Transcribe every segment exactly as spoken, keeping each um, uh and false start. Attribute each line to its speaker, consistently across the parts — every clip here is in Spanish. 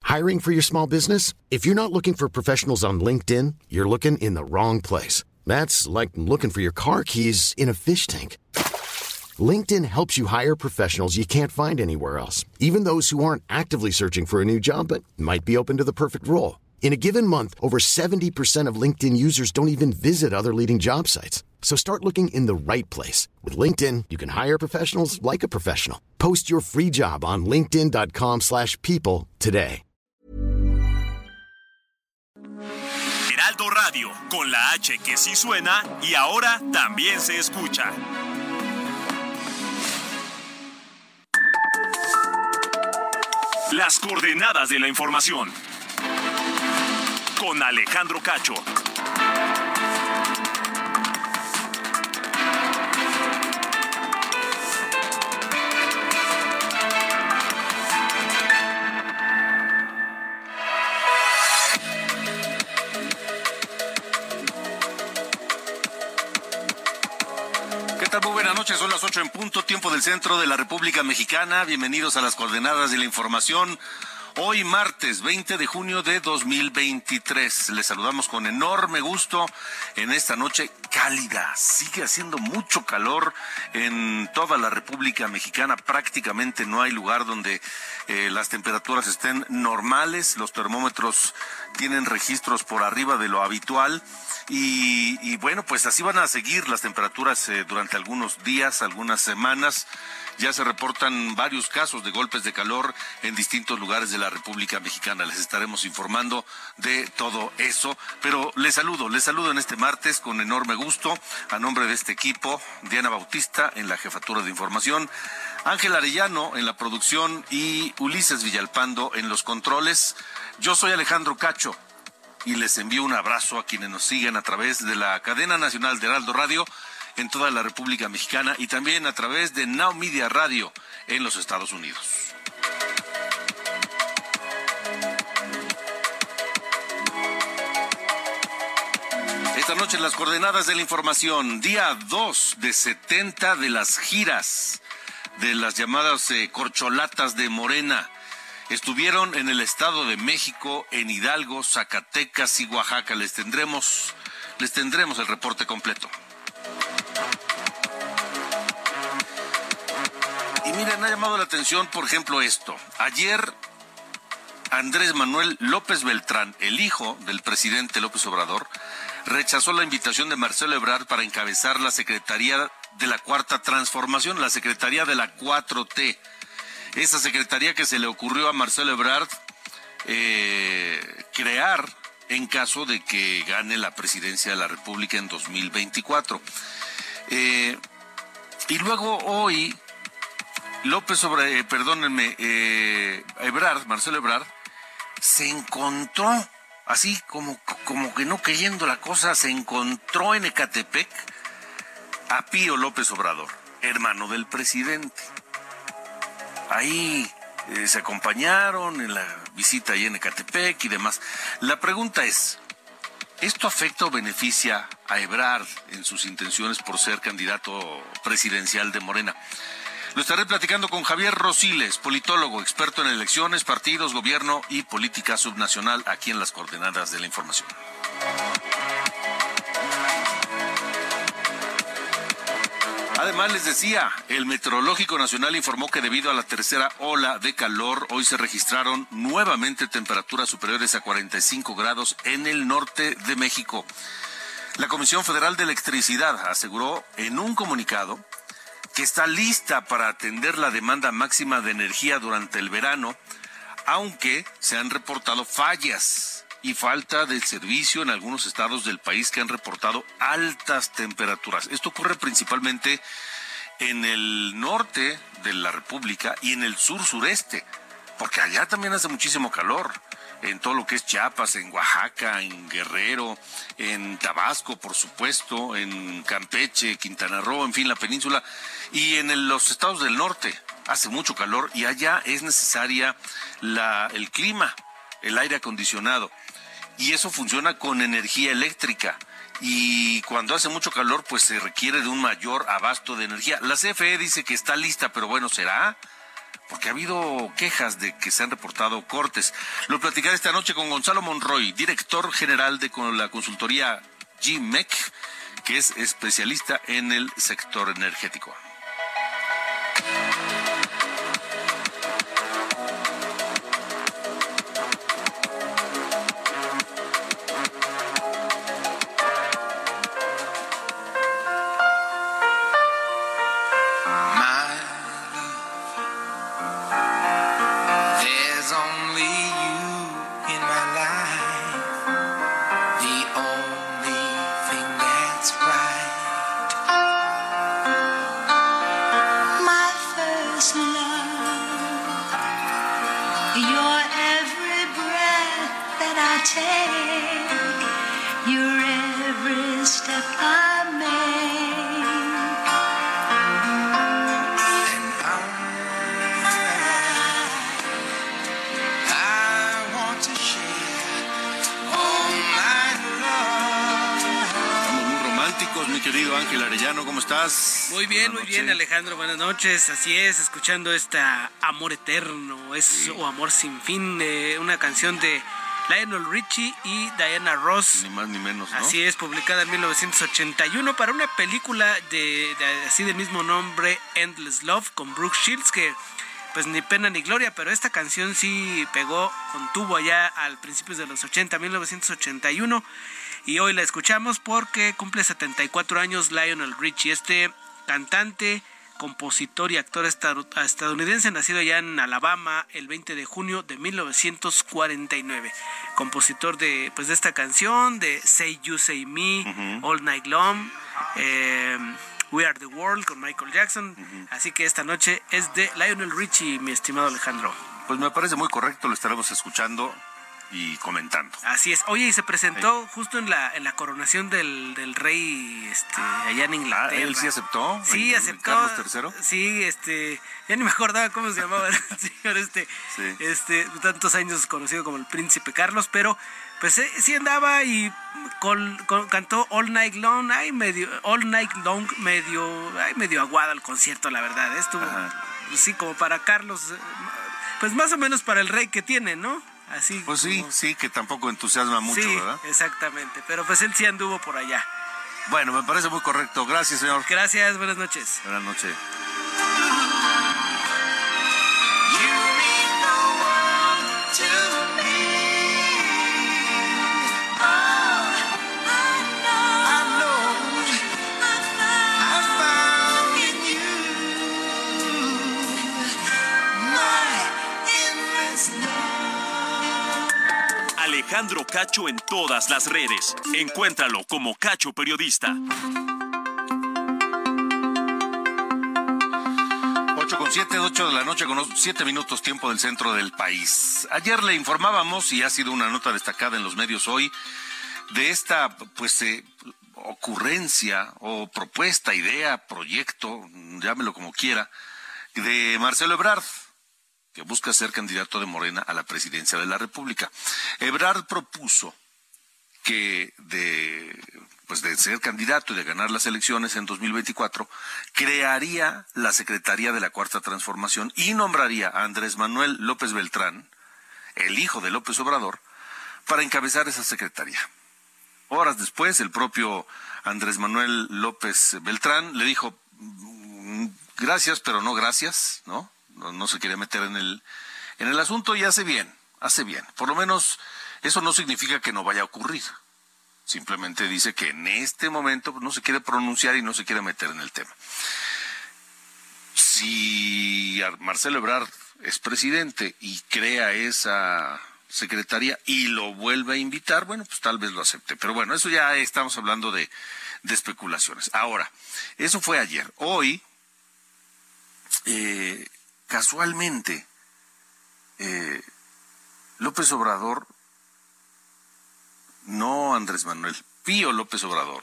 Speaker 1: Hiring for your small business? If you're not looking for professionals on LinkedIn, you're looking in the wrong place. That's like looking for your car keys in a fish tank. LinkedIn helps you hire professionals you can't find anywhere else, even those who aren't actively searching for a new job but might be open to the perfect role. In a given month, over seventy percent of LinkedIn users don't even visit other leading job sites. So start looking in the right place. With LinkedIn, you can hire professionals like a professional. Post your free job on linkedin.com slash people today.
Speaker 2: Heraldo Radio, con la H que sí suena y ahora también se escucha. Las coordenadas de la información. Con Alejandro Cacho.
Speaker 3: ¿Qué tal? Muy buenas noches, son las ocho en punto, tiempo del centro de la República Mexicana. Bienvenidos a las coordenadas de la información. Hoy martes veinte de junio de dos mil veintitrés. Les saludamos con enorme gusto en esta noche cálida. Sigue haciendo mucho calor en toda la República Mexicana. Prácticamente no hay lugar donde eh, las temperaturas estén normales. Los termómetros tienen registros por arriba de lo habitual. Y, y bueno, pues así van a seguir las temperaturas eh, durante algunos días, algunas semanas. Ya se reportan varios casos de golpes de calor en distintos lugares de la República Mexicana. Les estaremos informando de todo eso. Pero les saludo, les saludo en este martes con enorme gusto. A nombre de este equipo, Diana Bautista en la jefatura de información, Ángel Arellano en la producción y Ulises Villalpando en los controles. Yo soy Alejandro Cacho y les envío un abrazo a quienes nos siguen a través de la cadena nacional de Heraldo Radio en toda la República Mexicana y también a través de Now Media Radio en los Estados Unidos. Esta noche en las coordenadas de la información, día dos de setenta de las giras de las llamadas eh, corcholatas de Morena. Estuvieron en el Estado de México, en Hidalgo, Zacatecas y Oaxaca. Les tendremos, les tendremos el reporte completo. Y miren, ha llamado la atención, por ejemplo, esto. Ayer, Andrés Manuel López Beltrán, el hijo del presidente López Obrador, rechazó la invitación de Marcelo Ebrard para encabezar la Secretaría de la Cuarta Transformación, la Secretaría de la cuatro T. Esa secretaría que se le ocurrió a Marcelo Ebrard eh, crear en caso de que gane la presidencia de la República en dos mil veinticuatro. Eh, y luego hoy, López Obrador, eh, perdónenme, eh, Ebrard, Marcelo Ebrard, se encontró, así como, como que no creyendo la cosa, se encontró en Ecatepec a Pío López Obrador, hermano del presidente. Ahí eh, se acompañaron en la visita ahí en Ecatepec y demás. La pregunta es, ¿esto afecta o beneficia a Ebrard en sus intenciones por ser candidato presidencial de Morena? Lo estaré platicando con Javier Rosiles, politólogo, experto en elecciones, partidos, gobierno y política subnacional, aquí en las coordenadas de la información. Además, les decía, el Meteorológico Nacional informó que debido a la tercera ola de calor, hoy se registraron nuevamente temperaturas superiores a cuarenta y cinco grados en el norte de México. La Comisión Federal de Electricidad aseguró en un comunicado que está lista para atender la demanda máxima de energía durante el verano, aunque se han reportado fallas y falta de servicio en algunos estados del país que han reportado altas temperaturas. Esto ocurre principalmente en el norte de la República y en el sur-sureste, porque allá también hace muchísimo calor, en todo lo que es Chiapas, en Oaxaca, en Guerrero, en Tabasco, por supuesto, en Campeche, Quintana Roo, en fin, la península, y en el, los estados del norte hace mucho calor y allá es necesaria la, el clima, el aire acondicionado. Y eso funciona con energía eléctrica. Y cuando hace mucho calor, pues se requiere de un mayor abasto de energía. La C F E dice que está lista, pero bueno, ¿será? porque ha habido quejas de que se han reportado cortes. Lo platicaré esta noche con Gonzalo Monroy, director general de la consultoría G M E C, que es especialista en el sector energético.
Speaker 4: Muy bien, muy bien, Alejandro, buenas noches. Así es, escuchando esta Amor Eterno, es sí. o Amor Sin Fin, eh, una canción de Lionel Richie y Diana Ross.
Speaker 3: Ni más ni menos, ¿no?
Speaker 4: Así es, publicada en mil novecientos ochenta y uno para una película de, de así del mismo nombre, Endless Love, con Brooke Shields, que pues ni pena ni gloria, pero esta canción sí pegó, contuvo allá al principios de los ochenta, mil novecientos ochenta y uno. Y hoy la escuchamos porque cumple setenta y cuatro años Lionel Richie, este cantante, compositor y actor estadounidense, nacido allá en Alabama el veinte de junio de mil novecientos cuarenta y nueve. Compositor de pues de esta canción, de Say You Say Me, uh-huh. All Night Long, eh, We Are the World con Michael Jackson. Uh-huh. Así que esta noche es de Lionel Richie, mi estimado Alejandro.
Speaker 3: Pues me parece muy correcto, lo estaremos escuchando y comentando.
Speaker 4: Así es. Oye, y se presentó sí. justo en la en la coronación del, del rey este allá en Inglaterra.
Speaker 3: Ah, ¿él sí aceptó?
Speaker 4: Sí,
Speaker 3: ¿El,
Speaker 4: aceptó.
Speaker 3: ¿Carlos tercero?
Speaker 4: Sí, este, ya ni me acordaba cómo se llamaba el señor este, sí. este, tantos años conocido como el Príncipe Carlos, pero pues eh, sí andaba y con, con, cantó All Night Long, ay medio All Night Long, medio, ay medio aguado el concierto, la verdad. Estuvo pues, sí como para Carlos, pues más o menos para el rey que tiene, ¿no? Así
Speaker 3: pues sí, como... sí, que tampoco entusiasma mucho,
Speaker 4: sí,
Speaker 3: ¿verdad?
Speaker 4: Exactamente, pero pues él sí anduvo por allá.
Speaker 3: Bueno, me parece muy correcto. Gracias, señor.
Speaker 4: Gracias, buenas noches.
Speaker 3: Buenas noches.
Speaker 2: Alejandro Cacho en todas las redes. Encuéntralo como Cacho Periodista.
Speaker 3: ocho con siete, ocho de la noche con siete minutos tiempo del centro del país. Ayer le informábamos, y ha sido una nota destacada en los medios hoy, de esta pues eh, ocurrencia o propuesta, idea, proyecto, llámelo como quiera, de Marcelo Ebrard, que busca ser candidato de Morena a la presidencia de la República. Ebrard propuso que de, pues de ser candidato y de ganar las elecciones en dos mil veinticuatro, crearía la Secretaría de la Cuarta Transformación y nombraría a Andrés Manuel López Beltrán, el hijo de López Obrador, para encabezar esa secretaría. Horas después, el propio Andrés Manuel López Beltrán le dijo, gracias, pero no gracias, ¿no? No, no se quiere meter en el en el asunto y hace bien, hace bien. Por lo menos eso no significa que no vaya a ocurrir. Simplemente dice que en este momento no se quiere pronunciar y no se quiere meter en el tema. Si Marcelo Ebrard es presidente y crea esa secretaría y lo vuelve a invitar, bueno, pues tal vez lo acepte. Pero bueno, eso ya estamos hablando de, de especulaciones. Ahora, eso fue ayer. Hoy, eh, casualmente, eh, López Obrador, no Andrés Manuel, Pío López Obrador,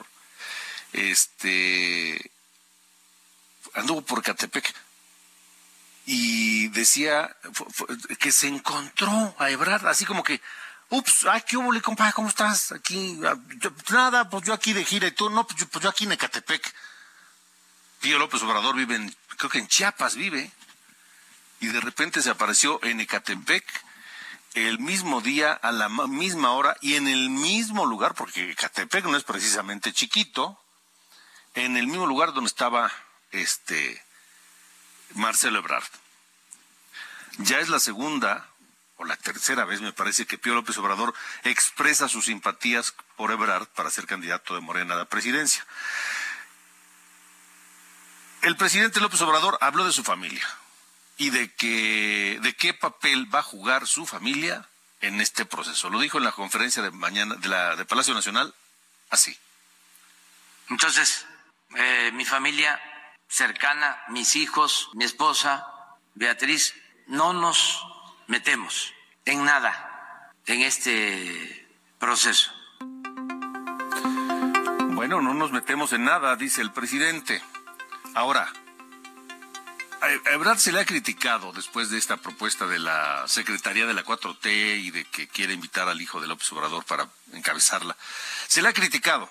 Speaker 3: este, anduvo por Catepec y decía que se encontró a Ebrard, así como que, ups, ay, ¿qué hubo, compadre? ¿Cómo estás? Aquí, nada, pues yo aquí de gira y tú, no, pues yo, pues yo aquí en Ecatepec. Pío López Obrador vive en, creo que en Chiapas vive. y de repente se apareció en Ecatepec el mismo día, a la misma hora y en el mismo lugar, porque Ecatepec no es precisamente chiquito, en el mismo lugar donde estaba este Marcelo Ebrard. Ya es la segunda o la tercera vez, me parece, que Pío López Obrador expresa sus simpatías por Ebrard para ser candidato de Morena a la presidencia. El presidente López Obrador habló de su familia y de que de qué papel va a jugar su familia en este proceso. Lo dijo en la conferencia de mañana de la de Palacio Nacional así.
Speaker 5: Entonces, eh, mi familia cercana, mis hijos, mi esposa, Beatriz, no nos metemos en nada en este proceso.
Speaker 3: Bueno, no nos metemos en nada, dice el presidente. Ahora, a Ebrard se le ha criticado después de esta propuesta de la Secretaría de la cuatro T y de que quiere invitar al hijo de López Obrador para encabezarla. Se le ha criticado.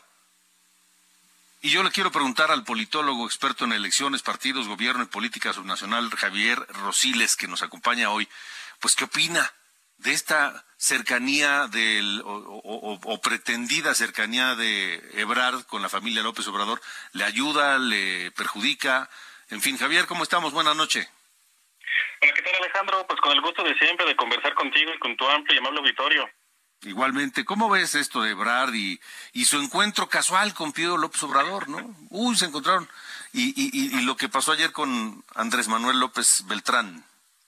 Speaker 3: Y yo le quiero preguntar al politólogo experto en elecciones, partidos, gobierno y política subnacional, Javier Rosiles, que nos acompaña hoy, pues ¿qué opina de esta cercanía del o, o, o pretendida cercanía de Ebrard con la familia López Obrador? ¿Le ayuda, le perjudica? En fin, Javier, ¿cómo estamos? Buenas noches.
Speaker 6: Hola, ¿qué tal, Alejandro? Pues con el gusto de siempre de conversar contigo y con tu amplio y amable auditorio.
Speaker 3: Igualmente, ¿cómo ves esto de Ebrard y, y su encuentro casual con Pío López Obrador, no? Uy, se encontraron. Y, y, y lo que pasó ayer con Andrés Manuel López Beltrán.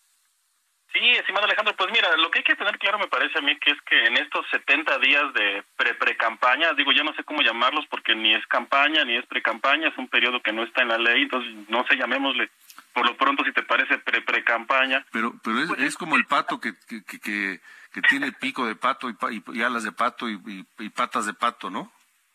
Speaker 6: Sí, estimado Alejandro, pues mira, lo que hay que tener claro me parece a mí que es que en estos setenta días de pre-pre-campaña, digo, ya no sé cómo llamarlos porque ni es campaña ni es pre-campaña, es un periodo que no está en la ley, entonces no sé, llamémosle por lo pronto si te parece pre-pre-campaña.
Speaker 3: Pero pero es, pues, es como el pato que que, que, que, que tiene pico de pato y, y, y alas de pato y, y, y patas de pato, ¿no?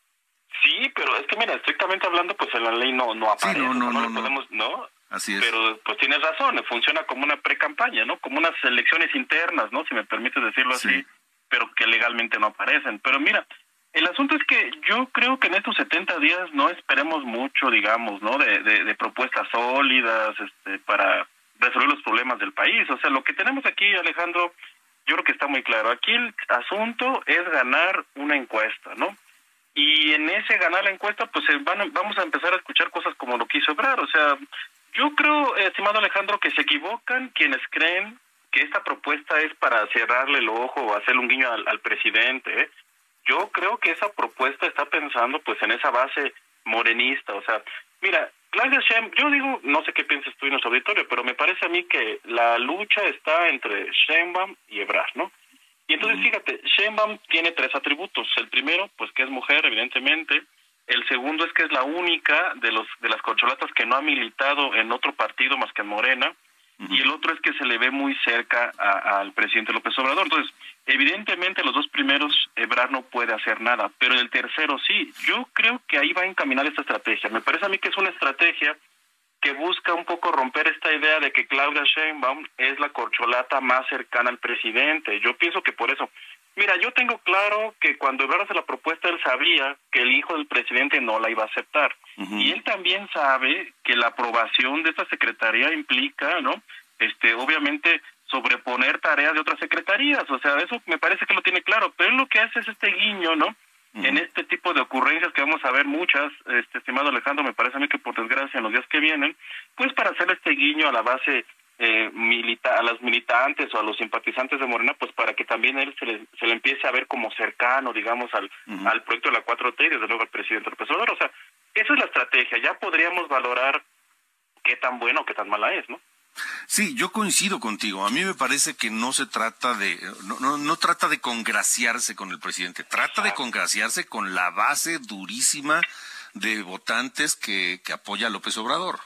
Speaker 6: Sí, pero es que mira, estrictamente hablando, pues en la ley no, no aparece.
Speaker 3: Sí, no, no, no,
Speaker 6: no, podemos, ¿no?
Speaker 3: Así es.
Speaker 6: Pero pues tienes razón, funciona como una pre-campaña, ¿no? Como unas elecciones internas, ¿no? Si me permites decirlo
Speaker 3: sí.
Speaker 6: así, pero que legalmente no aparecen. Pero mira, el asunto es que yo creo que en estos setenta días no esperemos mucho, digamos, ¿no? De, de, de propuestas sólidas este, para resolver los problemas del país. O sea, lo que tenemos aquí, Alejandro, yo creo que está muy claro. Aquí el asunto es ganar una encuesta, ¿no? Y en ese ganar la encuesta, pues van, vamos a empezar a escuchar cosas como lo que hizo Ebrard. O sea, yo creo, estimado Alejandro, que se equivocan quienes creen que esta propuesta es para cerrarle el ojo o hacerle un guiño al, al presidente, ¿eh? Yo creo que esa propuesta está pensando pues en esa base morenista. O sea, mira, Claudia Sheinbaum, yo digo, no sé qué piensas tú en nuestro auditorio, pero me parece a mí que la lucha está entre Sheinbaum y Ebrard, ¿no? Y entonces, fíjate, Sheinbaum tiene tres atributos. El primero, pues que es mujer, evidentemente. El segundo es que es la única de los de las corcholatas que no ha militado en otro partido más que en Morena. Uh-huh. Y el otro es que se le ve muy cerca a, al presidente López Obrador. Entonces, evidentemente los dos primeros, Ebrard no puede hacer nada, pero el tercero sí. Yo creo que ahí va a encaminar esta estrategia. Me parece a mí que es una estrategia que busca un poco romper esta idea de que Claudia Sheinbaum es la corcholata más cercana al presidente. Yo pienso que por eso. Mira, yo tengo claro que cuando Ebrard hace la propuesta, él sabía que el hijo del presidente no la iba a aceptar. Uh-huh. Y él también sabe que la aprobación de esta secretaría implica, ¿no? Este, obviamente, sobreponer tareas de otras secretarías. O sea, eso me parece que lo tiene claro. Pero él lo que hace es este guiño, ¿no? Uh-huh. En este tipo de ocurrencias que vamos a ver muchas, este estimado Alejandro, me parece a mí que por desgracia en los días que vienen, pues para hacer este guiño a la base eh, milita a los militantes o a los simpatizantes de Morena, pues para que también él se le, se le empiece a ver como cercano, digamos, al, uh-huh. al proyecto de la cuatro T y desde luego al presidente López Obrador. O sea, esa es la estrategia. Ya podríamos valorar qué tan bueno o qué tan mala es, ¿no?
Speaker 3: Sí, yo coincido contigo. A mí me parece que no se trata de, no, no, no trata de congraciarse con el presidente, trata de congraciarse con la base durísima de votantes que, que apoya a López Obrador.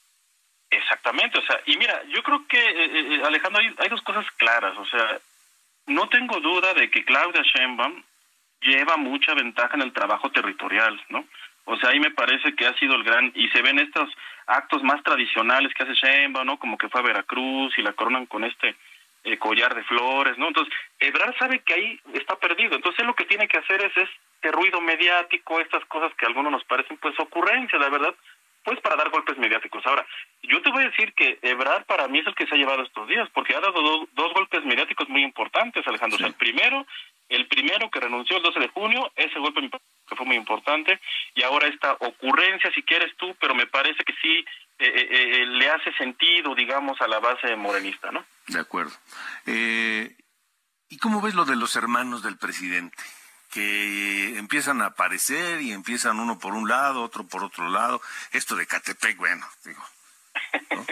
Speaker 6: Exactamente, o sea, y mira, yo creo que, eh, eh, Alejandro, hay, hay dos cosas claras. O sea, no tengo duda de que Claudia Sheinbaum lleva mucha ventaja en el trabajo territorial, ¿no? O sea, ahí me parece que ha sido el gran, y se ven estos actos más tradicionales que hace Sheinbaum, ¿no? Como que fue a Veracruz y la coronan con este eh, collar de flores, ¿no? Entonces, Ebrard sabe que ahí está perdido. Entonces, él lo que tiene que hacer es este ruido mediático, estas cosas que a algunos nos parecen, pues, ocurrencias, la verdad, pues para dar golpes mediáticos. Ahora, yo te voy a decir que Ebrard para mí es el que se ha llevado estos días, porque ha dado do, dos golpes mediáticos muy importantes, Alejandro. Sí. O sea, el primero, el primero que renunció el doce de junio, ese golpe que fue muy importante, y ahora esta ocurrencia, si quieres tú, pero me parece que sí eh, eh, eh, le hace sentido, digamos, a la base morenista, ¿no?
Speaker 3: De acuerdo. Eh, ¿Y cómo ves lo de los hermanos del presidente? Que empiezan a aparecer y empiezan uno por un lado, otro por otro lado. Esto de Catepec, bueno, digo, ¿no?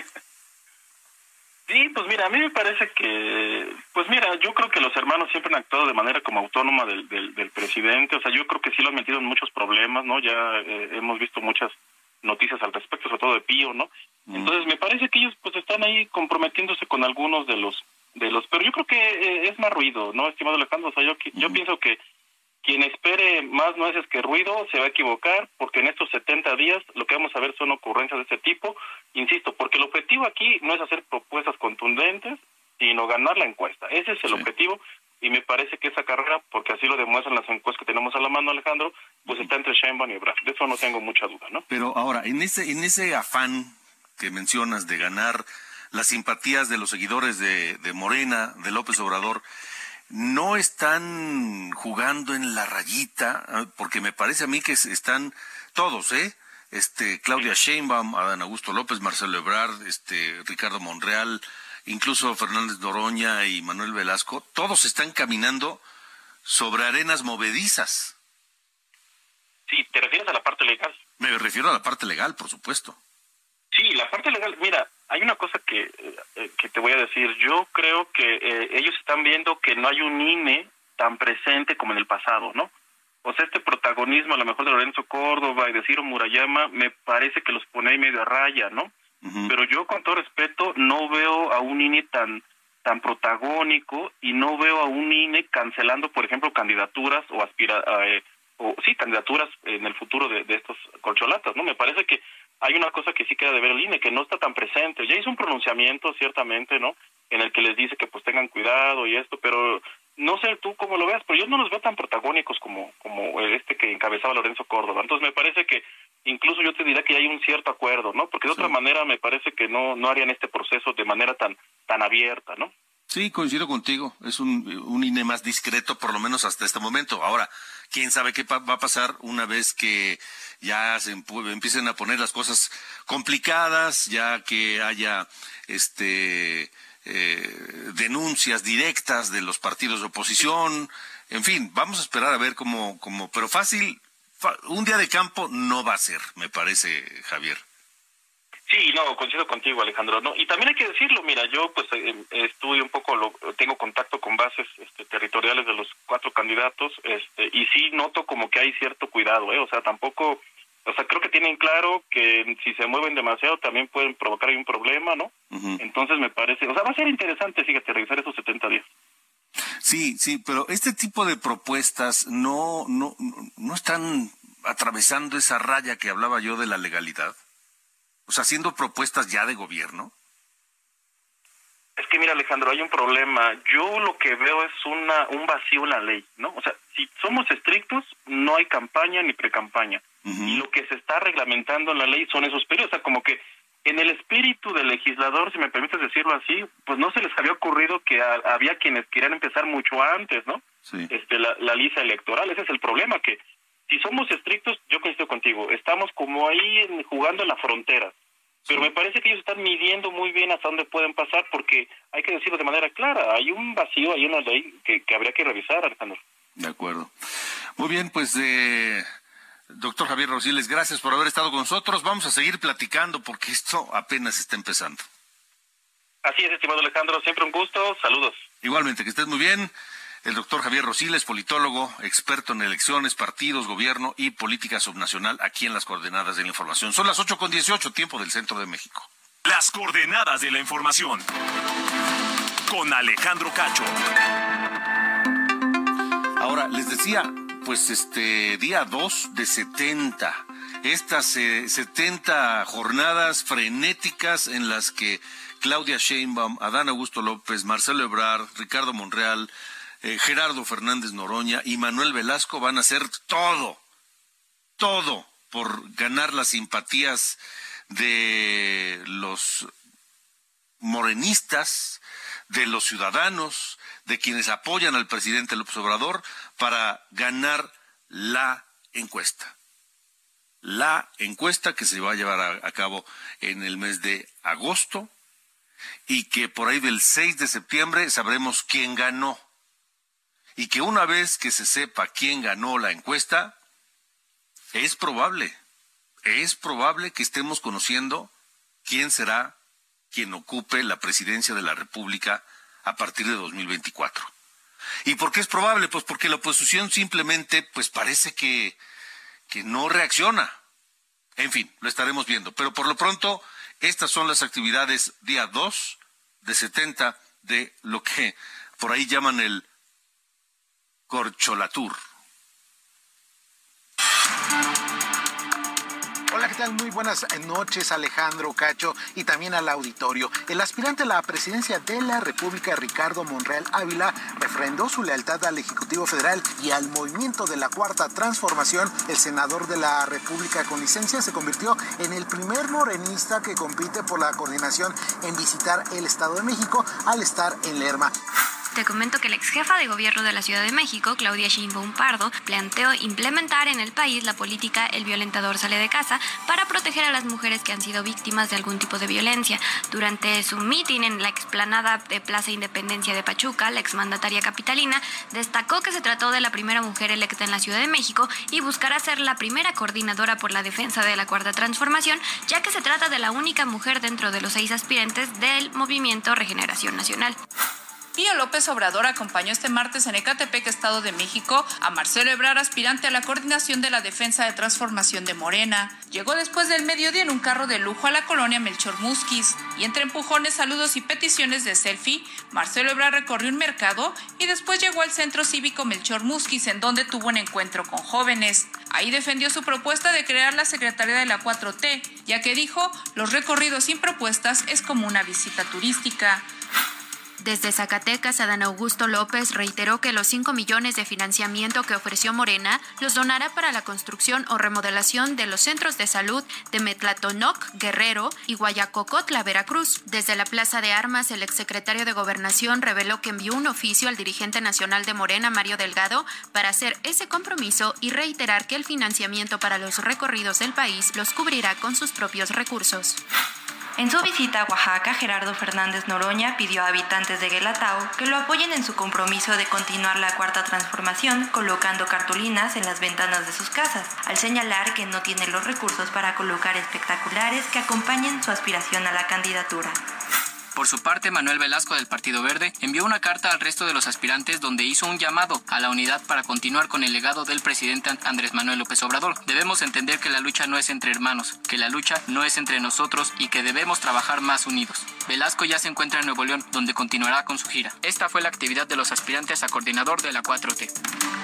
Speaker 6: Sí, pues mira, a mí me parece que, pues mira, yo creo que los hermanos siempre han actuado de manera como autónoma del, del, del presidente. O sea, yo creo que sí lo han metido en muchos problemas, ¿no? Ya eh, hemos visto muchas noticias al respecto, sobre todo de Pío, ¿no? Mm. Entonces me parece que ellos pues están ahí comprometiéndose con algunos de los, de los, pero yo creo que eh, es más ruido, ¿no, estimado Alejandro? O sea, yo, yo mm. pienso que quien espere más nueces que ruido se va a equivocar, porque en estos setenta días lo que vamos a ver son ocurrencias de este tipo, insisto, porque el objetivo aquí no es hacer propuestas contundentes, sino ganar la encuesta. Ese es el sí. objetivo, y me parece que esa carrera, porque así lo demuestran las encuestas que tenemos a la mano, Alejandro, pues está entre Sheinbaum y Ebrard. De eso no tengo mucha duda, ¿no?
Speaker 3: Pero ahora, en ese, en ese afán que mencionas de ganar las simpatías de los seguidores de, de Morena, de López Obrador, no están jugando en la rayita, porque me parece a mí que están todos, ¿eh? Este, Claudia Sheinbaum, Adán Augusto López, Marcelo Ebrard, este, Ricardo Monreal, incluso Fernández Noroña y Manuel Velasco, todos están caminando sobre arenas movedizas.
Speaker 6: Sí, ¿te refieres a la parte legal?
Speaker 3: Me refiero a la parte legal, por supuesto.
Speaker 6: Sí, la parte legal, mira, hay una cosa que, eh, que te voy a decir. Yo creo que eh, ellos están viendo que no hay un I N E tan presente como en el pasado, ¿no? O sea, este protagonismo a lo mejor de Lorenzo Córdoba y de Ciro Murayama me parece que los pone ahí medio a raya, ¿no? Uh-huh. Pero yo, con todo respeto, no veo a un I N E tan tan protagónico y no veo a un I N E cancelando, por ejemplo, candidaturas o aspira eh, o sí, candidaturas en el futuro de, de estos corcholatas, ¿no? Me parece que hay una cosa que sí queda de ver el I N E, que no está tan presente. Ya hizo un pronunciamiento, ciertamente, ¿no?, en el que les dice que pues tengan cuidado y esto, pero no sé tú cómo lo veas, pero yo no los veo tan protagónicos como como este que encabezaba Lorenzo Córdoba. Entonces me parece que incluso yo te diría que hay un cierto acuerdo, ¿no? Porque de sí. otra manera me parece que no no harían este proceso de manera tan tan abierta, ¿no?
Speaker 3: Sí, coincido contigo. Es un, un I N E más discreto, por lo menos hasta este momento. Ahora, quién sabe qué pa- va a pasar una vez que ya se empu- empiecen a poner las cosas complicadas, ya que haya este eh, denuncias directas de los partidos de oposición. En fin, vamos a esperar a ver cómo, cómo pero fácil, fa- un día de campo no va a ser, me parece, Javier.
Speaker 6: Sí, no, coincido contigo, Alejandro. No, y también hay que decirlo, mira, yo pues eh, estudio un poco, lo, tengo contacto con bases este, territoriales de los cuatro candidatos, este, y sí noto como que hay cierto cuidado, ¿eh? O sea, tampoco, o sea, creo que tienen claro que si se mueven demasiado también pueden provocar ahí un problema, ¿no? Uh-huh. Entonces me parece, o sea, va a ser interesante, fíjate, revisar esos setenta días.
Speaker 3: Sí, sí, pero este tipo de propuestas no, no, no están atravesando esa raya que hablaba yo de la legalidad. O sea, haciendo propuestas ya de gobierno.
Speaker 6: Es que mira, Alejandro, hay un problema. Yo lo que veo es una un vacío en la ley, ¿no? O sea, si somos estrictos, no hay campaña ni precampaña. Uh-huh. Y lo que se está reglamentando en la ley son esos periodos. O sea, como que en el espíritu del legislador, si me permites decirlo así, pues no se les había ocurrido que a, había quienes querían empezar mucho antes, ¿no? Sí. Este, la, la lista electoral. Ese es el problema, que si somos estrictos, yo coincido contigo, estamos como ahí en, jugando en la frontera. Pero sí. Me parece que ellos están midiendo muy bien hasta dónde pueden pasar, porque hay que decirlo de manera clara, hay un vacío, hay una ley que, que habría que revisar, Alejandro.
Speaker 3: De acuerdo. Muy bien, pues, eh, doctor Javier Rosiles, gracias por haber estado con nosotros. Vamos a seguir platicando porque esto apenas está empezando.
Speaker 6: Así es, estimado Alejandro, siempre un gusto, saludos.
Speaker 3: Igualmente, que estés muy bien. El doctor Javier Rosiles, politólogo, experto en elecciones, partidos, gobierno y política subnacional, aquí en las coordenadas de la información. Son las ocho con dieciocho, tiempo del centro de México.
Speaker 2: Las coordenadas de la información. Con Alejandro Cacho.
Speaker 3: Ahora, les decía, pues este, día dos de setenta. Estas eh, setenta jornadas frenéticas en las que Claudia Sheinbaum, Adán Augusto López, Marcelo Ebrard, Ricardo Monreal, Eh, Gerardo Fernández Noroña y Manuel Velasco van a hacer todo, todo por ganar las simpatías de los morenistas, de los ciudadanos, de quienes apoyan al presidente López Obrador para ganar la encuesta. La encuesta que se va a llevar a, a cabo en el mes de agosto y que por ahí del seis de septiembre sabremos quién ganó. Y que una vez que se sepa quién ganó la encuesta, es probable, es probable que estemos conociendo quién será quien ocupe la presidencia de la República a partir de dos mil veinticuatro. ¿Y por qué es probable? Pues porque la oposición simplemente pues parece que, que no reacciona. En fin, lo estaremos viendo. Pero por lo pronto, estas son las actividades día dos de setenta de lo que por ahí llaman el Corcholatur.
Speaker 7: Hola, ¿qué tal? Muy buenas noches, Alejandro, Cacho, y también al auditorio. El aspirante a la presidencia de la República, Ricardo Monreal Ávila, refrendó su lealtad al Ejecutivo Federal y al movimiento de la Cuarta Transformación. El senador de la República con licencia se convirtió en el primer morenista que compite por la coordinación en visitar el Estado de México al estar en Lerma.
Speaker 8: Te comento que la ex jefa de gobierno de la Ciudad de México, Claudia Sheinbaum Pardo, planteó implementar en el país la política El violentador sale de casa para proteger a las mujeres que han sido víctimas de algún tipo de violencia. Durante su mitin en la explanada de Plaza Independencia de Pachuca, la exmandataria capitalina destacó que se trató de la primera mujer electa en la Ciudad de México y buscará ser la primera coordinadora por la defensa de la Cuarta Transformación, ya que se trata de la única mujer dentro de los seis aspirantes del Movimiento Regeneración Nacional.
Speaker 9: Pío López Obrador acompañó este martes en Ecatepec, Estado de México, a Marcelo Ebrard, aspirante a la coordinación de la defensa de transformación de Morena. Llegó después del mediodía en un carro de lujo a la colonia Melchor Musquiz y entre empujones, saludos y peticiones de selfie, Marcelo Ebrard recorrió un mercado y después llegó al Centro Cívico Melchor Musquiz, en donde tuvo un encuentro con jóvenes. Ahí defendió su propuesta de crear la Secretaría de la cuatro T, ya que dijo, los recorridos sin propuestas es como una visita turística.
Speaker 8: Desde Zacatecas, Adán Augusto López reiteró que los cinco millones de financiamiento que ofreció Morena los donará para la construcción o remodelación de los centros de salud de Metlatonoc, Guerrero y Guayacocotla, Veracruz. Desde la Plaza de Armas, el exsecretario de Gobernación reveló que envió un oficio al dirigente nacional de Morena, Mario Delgado, para hacer ese compromiso y reiterar que el financiamiento para los recorridos del país los cubrirá con sus propios recursos.
Speaker 10: En su visita a Oaxaca, Gerardo Fernández Noroña pidió a habitantes de Guelatao que lo apoyen en su compromiso de continuar la Cuarta Transformación colocando cartulinas en las ventanas de sus casas, al señalar que no tiene los recursos para colocar espectaculares que acompañen su aspiración a la candidatura.
Speaker 11: Por su parte, Manuel Velasco del Partido Verde envió una carta al resto de los aspirantes donde hizo un llamado a la unidad para continuar con el legado del presidente Andrés Manuel López Obrador. Debemos entender que la lucha no es entre hermanos, que la lucha no es entre nosotros y que debemos trabajar más unidos. Velasco ya se encuentra en Nuevo León, donde continuará con su gira. Esta fue la actividad de los aspirantes a coordinador de la cuatro T.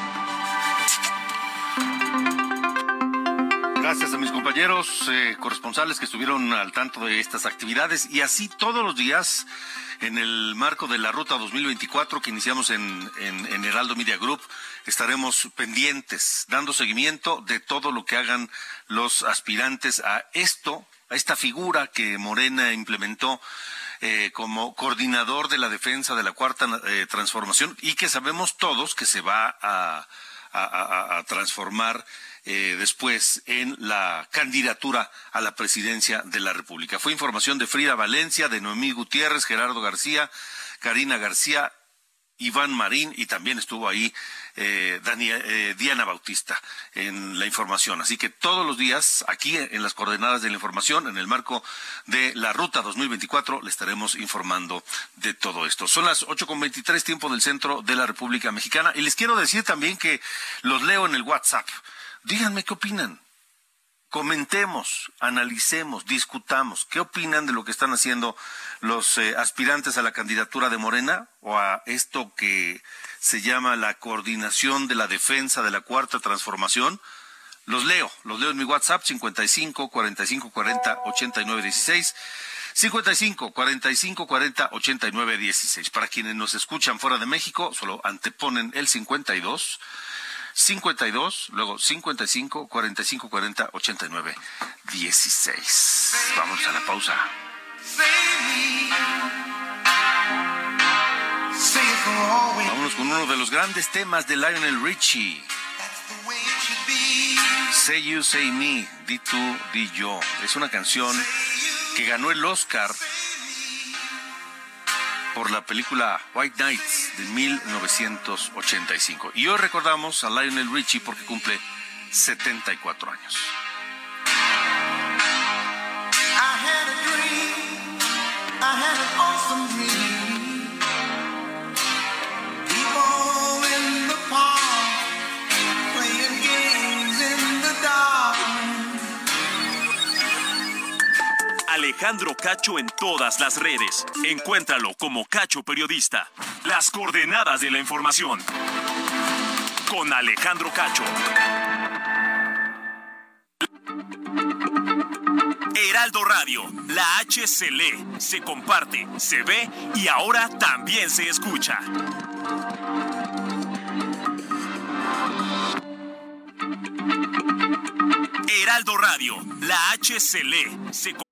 Speaker 3: Gracias a mis compañeros eh, corresponsales que estuvieron al tanto de estas actividades y así todos los días en el marco de la Ruta dos mil veinticuatro que iniciamos en, en, en Heraldo Media Group estaremos pendientes, dando seguimiento de todo lo que hagan los aspirantes a esto, a esta figura que Morena implementó eh, como coordinador de la defensa de la Cuarta eh, Transformación y que sabemos todos que se va a, a, a, a transformar Eh, después en la candidatura a la presidencia de la República. Fue información de Frida Valencia, de Noemí Gutiérrez, Gerardo García, Karina García, Iván Marín y también estuvo ahí eh, Dania, eh, Diana Bautista en la información. Así que todos los días aquí en las coordenadas de la información, en el marco de la Ruta dos mil veinticuatro, le estaremos informando de todo esto. Son las ocho con veintitrés, tiempo del centro de la República Mexicana. Y les quiero decir también que los leo en el WhatsApp. Díganme qué opinan, comentemos, analicemos, discutamos, ¿qué opinan de lo que están haciendo los eh, aspirantes a la candidatura de Morena o a esto que se llama la coordinación de la defensa de la Cuarta Transformación? Los leo, los leo en mi WhatsApp cincuenta y cinco, cuarenta y cinco, cuarenta, ochenta y nueve, dieciséis, cincuenta y cinco, cuarenta y cinco, cuarenta, ochenta y nueve, dieciséis. Para quienes nos escuchan fuera de México, solo anteponen el cincuenta y dos, cincuenta y dos, luego cincuenta y cinco, cuarenta y cinco cuarenta, ochenta y nueve dieciséis. Vamos a la pausa. Vámonos con uno de los grandes temas de Lionel Richie. Say You, Say Me, di tú, di yo. Es una canción que ganó el Oscar por la película White Nights de mil novecientos ochenta y cinco. Y hoy recordamos a Lionel Richie porque cumple setenta y cuatro años.
Speaker 12: I had a dream, I had an awesome dream. People in the park, playing games in the dark.
Speaker 2: Alejandro Cacho en todas las redes. Encuéntralo como Cacho Periodista. Las coordenadas de la información. Con Alejandro Cacho. Heraldo Radio, la H se lee, se comparte, se ve y ahora también se escucha. Heraldo Radio, la H se lee, se comparte.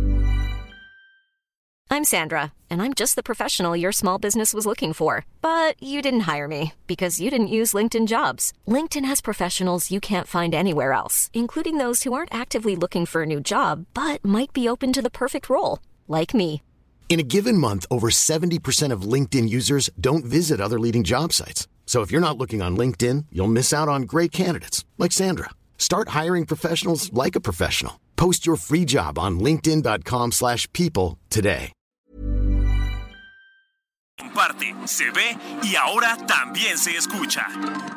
Speaker 13: I'm Sandra, and I'm just the professional your small business was looking for. But you didn't hire me because you didn't use LinkedIn Jobs. LinkedIn has professionals you can't find anywhere else, including those who aren't actively looking for a new job, but might be open to the perfect role, like me.
Speaker 1: In a given month, over seventy percent of LinkedIn users don't visit other leading job sites. So if you're not looking on LinkedIn, you'll miss out on great candidates like Sandra. Start hiring professionals like a professional. Post your free job on linkedin dot com slash people today.
Speaker 2: Comparte, se ve y ahora también se escucha.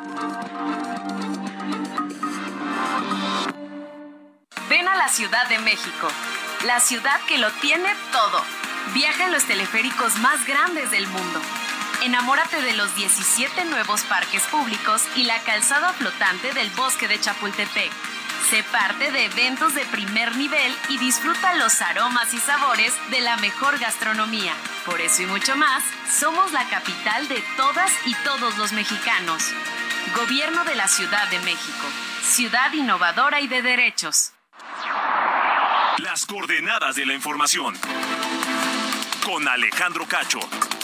Speaker 14: Ven a la Ciudad de México, la ciudad que lo tiene todo. Viaja en los teleféricos más grandes del mundo. Enamórate de los diecisiete nuevos parques públicos y la calzada flotante del Bosque de Chapultepec. Sé parte de eventos de primer nivel y disfruta los aromas y sabores de la mejor gastronomía. Por eso y mucho más, somos la capital de todas y todos los mexicanos. Gobierno de la Ciudad de México. Ciudad innovadora y de derechos.
Speaker 2: Las coordenadas de la información. Con Alejandro Cacho.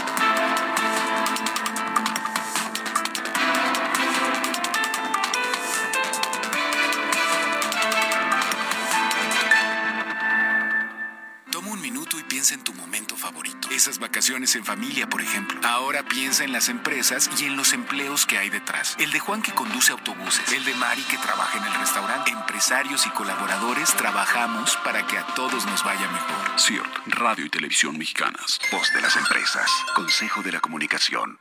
Speaker 15: Toma un minuto y piensa en tu momento favorito. Esas vacaciones en familia, por ejemplo. Ahora piensa en las empresas y en los empleos que hay detrás. El de Juan que conduce autobuses. El de Mari que trabaja en el restaurante. Empresarios y colaboradores trabajamos para que a todos nos vaya mejor.
Speaker 16: C I R T, Radio y Televisión Mexicanas. Voz de las empresas. Consejo de la Comunicación.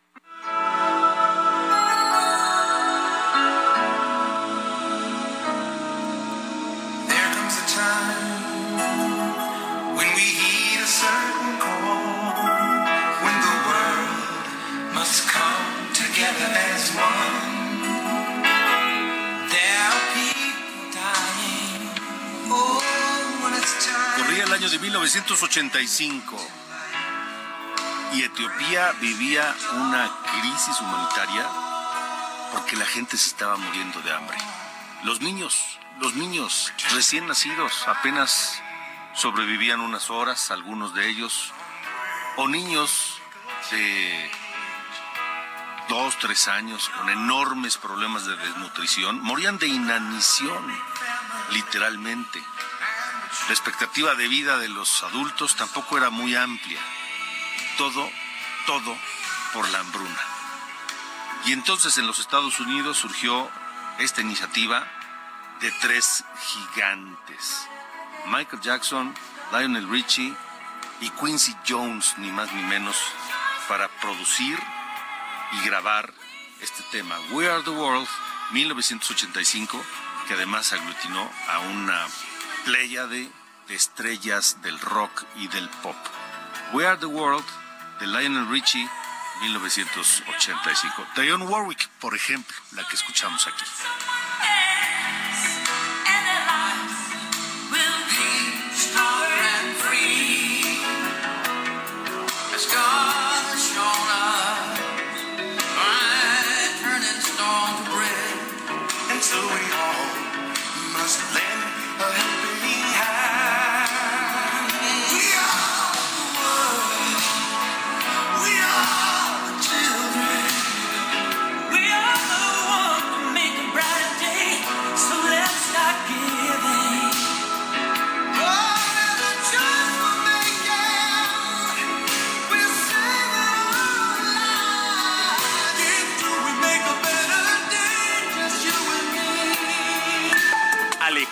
Speaker 12: There comes a time when we heed a certain call, when the world must come together as one. There are people dying. Oh, when it's time.
Speaker 3: Corría el año de mil novecientos ochenta y cinco y Etiopía vivía una crisis humanitaria porque la gente se estaba muriendo de hambre. Los niños, los niños recién nacidos apenas sobrevivían unas horas, algunos de ellos, o niños de dos, tres años con enormes problemas de desnutrición, morían de inanición, literalmente. La expectativa de vida de los adultos tampoco era muy amplia. Todo, todo por la hambruna. Y entonces en los Estados Unidos surgió esta iniciativa de tres gigantes: Michael Jackson, Lionel Richie y Quincy Jones, ni más ni menos, para producir y grabar este tema, We Are the World, mil novecientos ochenta y cinco, que además aglutinó a una pléyade de estrellas del rock y del pop. We Are the World, de Lionel Richie, mil novecientos ochenta y cinco. Dionne Warwick, por ejemplo, la que escuchamos aquí.
Speaker 12: God has shown us by turning stone to bread.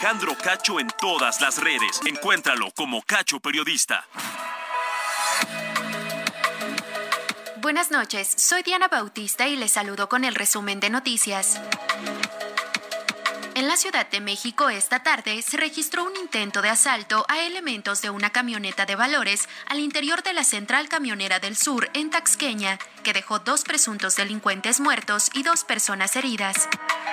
Speaker 2: Alejandro Cacho en todas las redes. Encuéntralo como Cacho Periodista.
Speaker 17: Buenas noches, soy Diana Bautista y les saludo con el resumen de noticias. En la Ciudad de México esta tarde se registró un intento de asalto a elementos de una camioneta de valores al interior de la Central Camionera del Sur en Taxqueña, que dejó dos presuntos delincuentes muertos y dos personas heridas.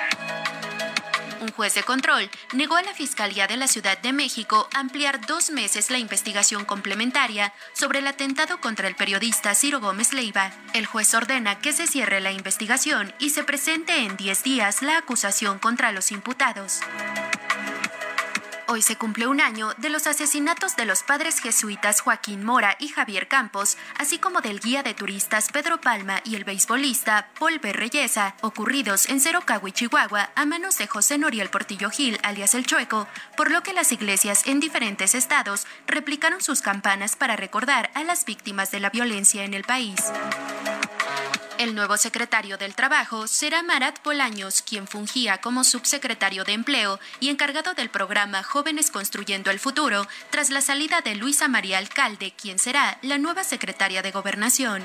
Speaker 17: Un juez de control negó a la Fiscalía de la Ciudad de México ampliar dos meses la investigación complementaria sobre el atentado contra el periodista Ciro Gómez Leiva. El juez ordena que se cierre la investigación y se presente en diez días la acusación contra los imputados. Hoy se cumple un año de los asesinatos de los padres jesuitas Joaquín Mora y Javier Campos, así como del guía de turistas Pedro Palma y el beisbolista Paul Berreyesa, ocurridos en Cerocahui, Chihuahua, a manos de José Noriel Portillo Gil, alias El Chueco, por lo que las iglesias en diferentes estados replicaron sus campanas para recordar a las víctimas de la violencia en el país. El nuevo secretario del Trabajo será Marat Bolaños, quien fungía como subsecretario de Empleo y encargado del programa Jóvenes Construyendo el Futuro, tras la salida de Luisa María Alcalde, quien será la nueva secretaria de Gobernación.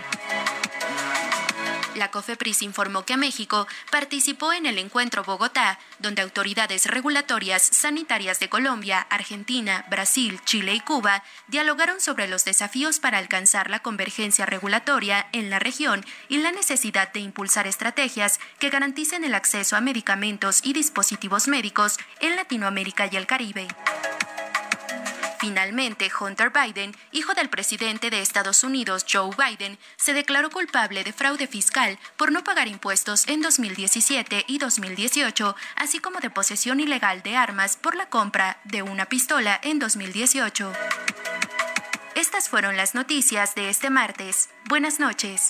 Speaker 17: La COFEPRIS informó que México participó en el Encuentro Bogotá, donde autoridades regulatorias sanitarias de Colombia, Argentina, Brasil, Chile y Cuba dialogaron sobre los desafíos para alcanzar la convergencia regulatoria en la región y la necesidad de impulsar estrategias que garanticen el acceso a medicamentos y dispositivos médicos en Latinoamérica y el Caribe. Finalmente, Hunter Biden, hijo del presidente de Estados Unidos, Joe Biden, se declaró culpable de fraude fiscal por no pagar impuestos en dos mil diecisiete y dos mil dieciocho, así como de posesión ilegal de armas por la compra de una pistola en dos mil dieciocho. Estas fueron las noticias de este martes. Buenas noches.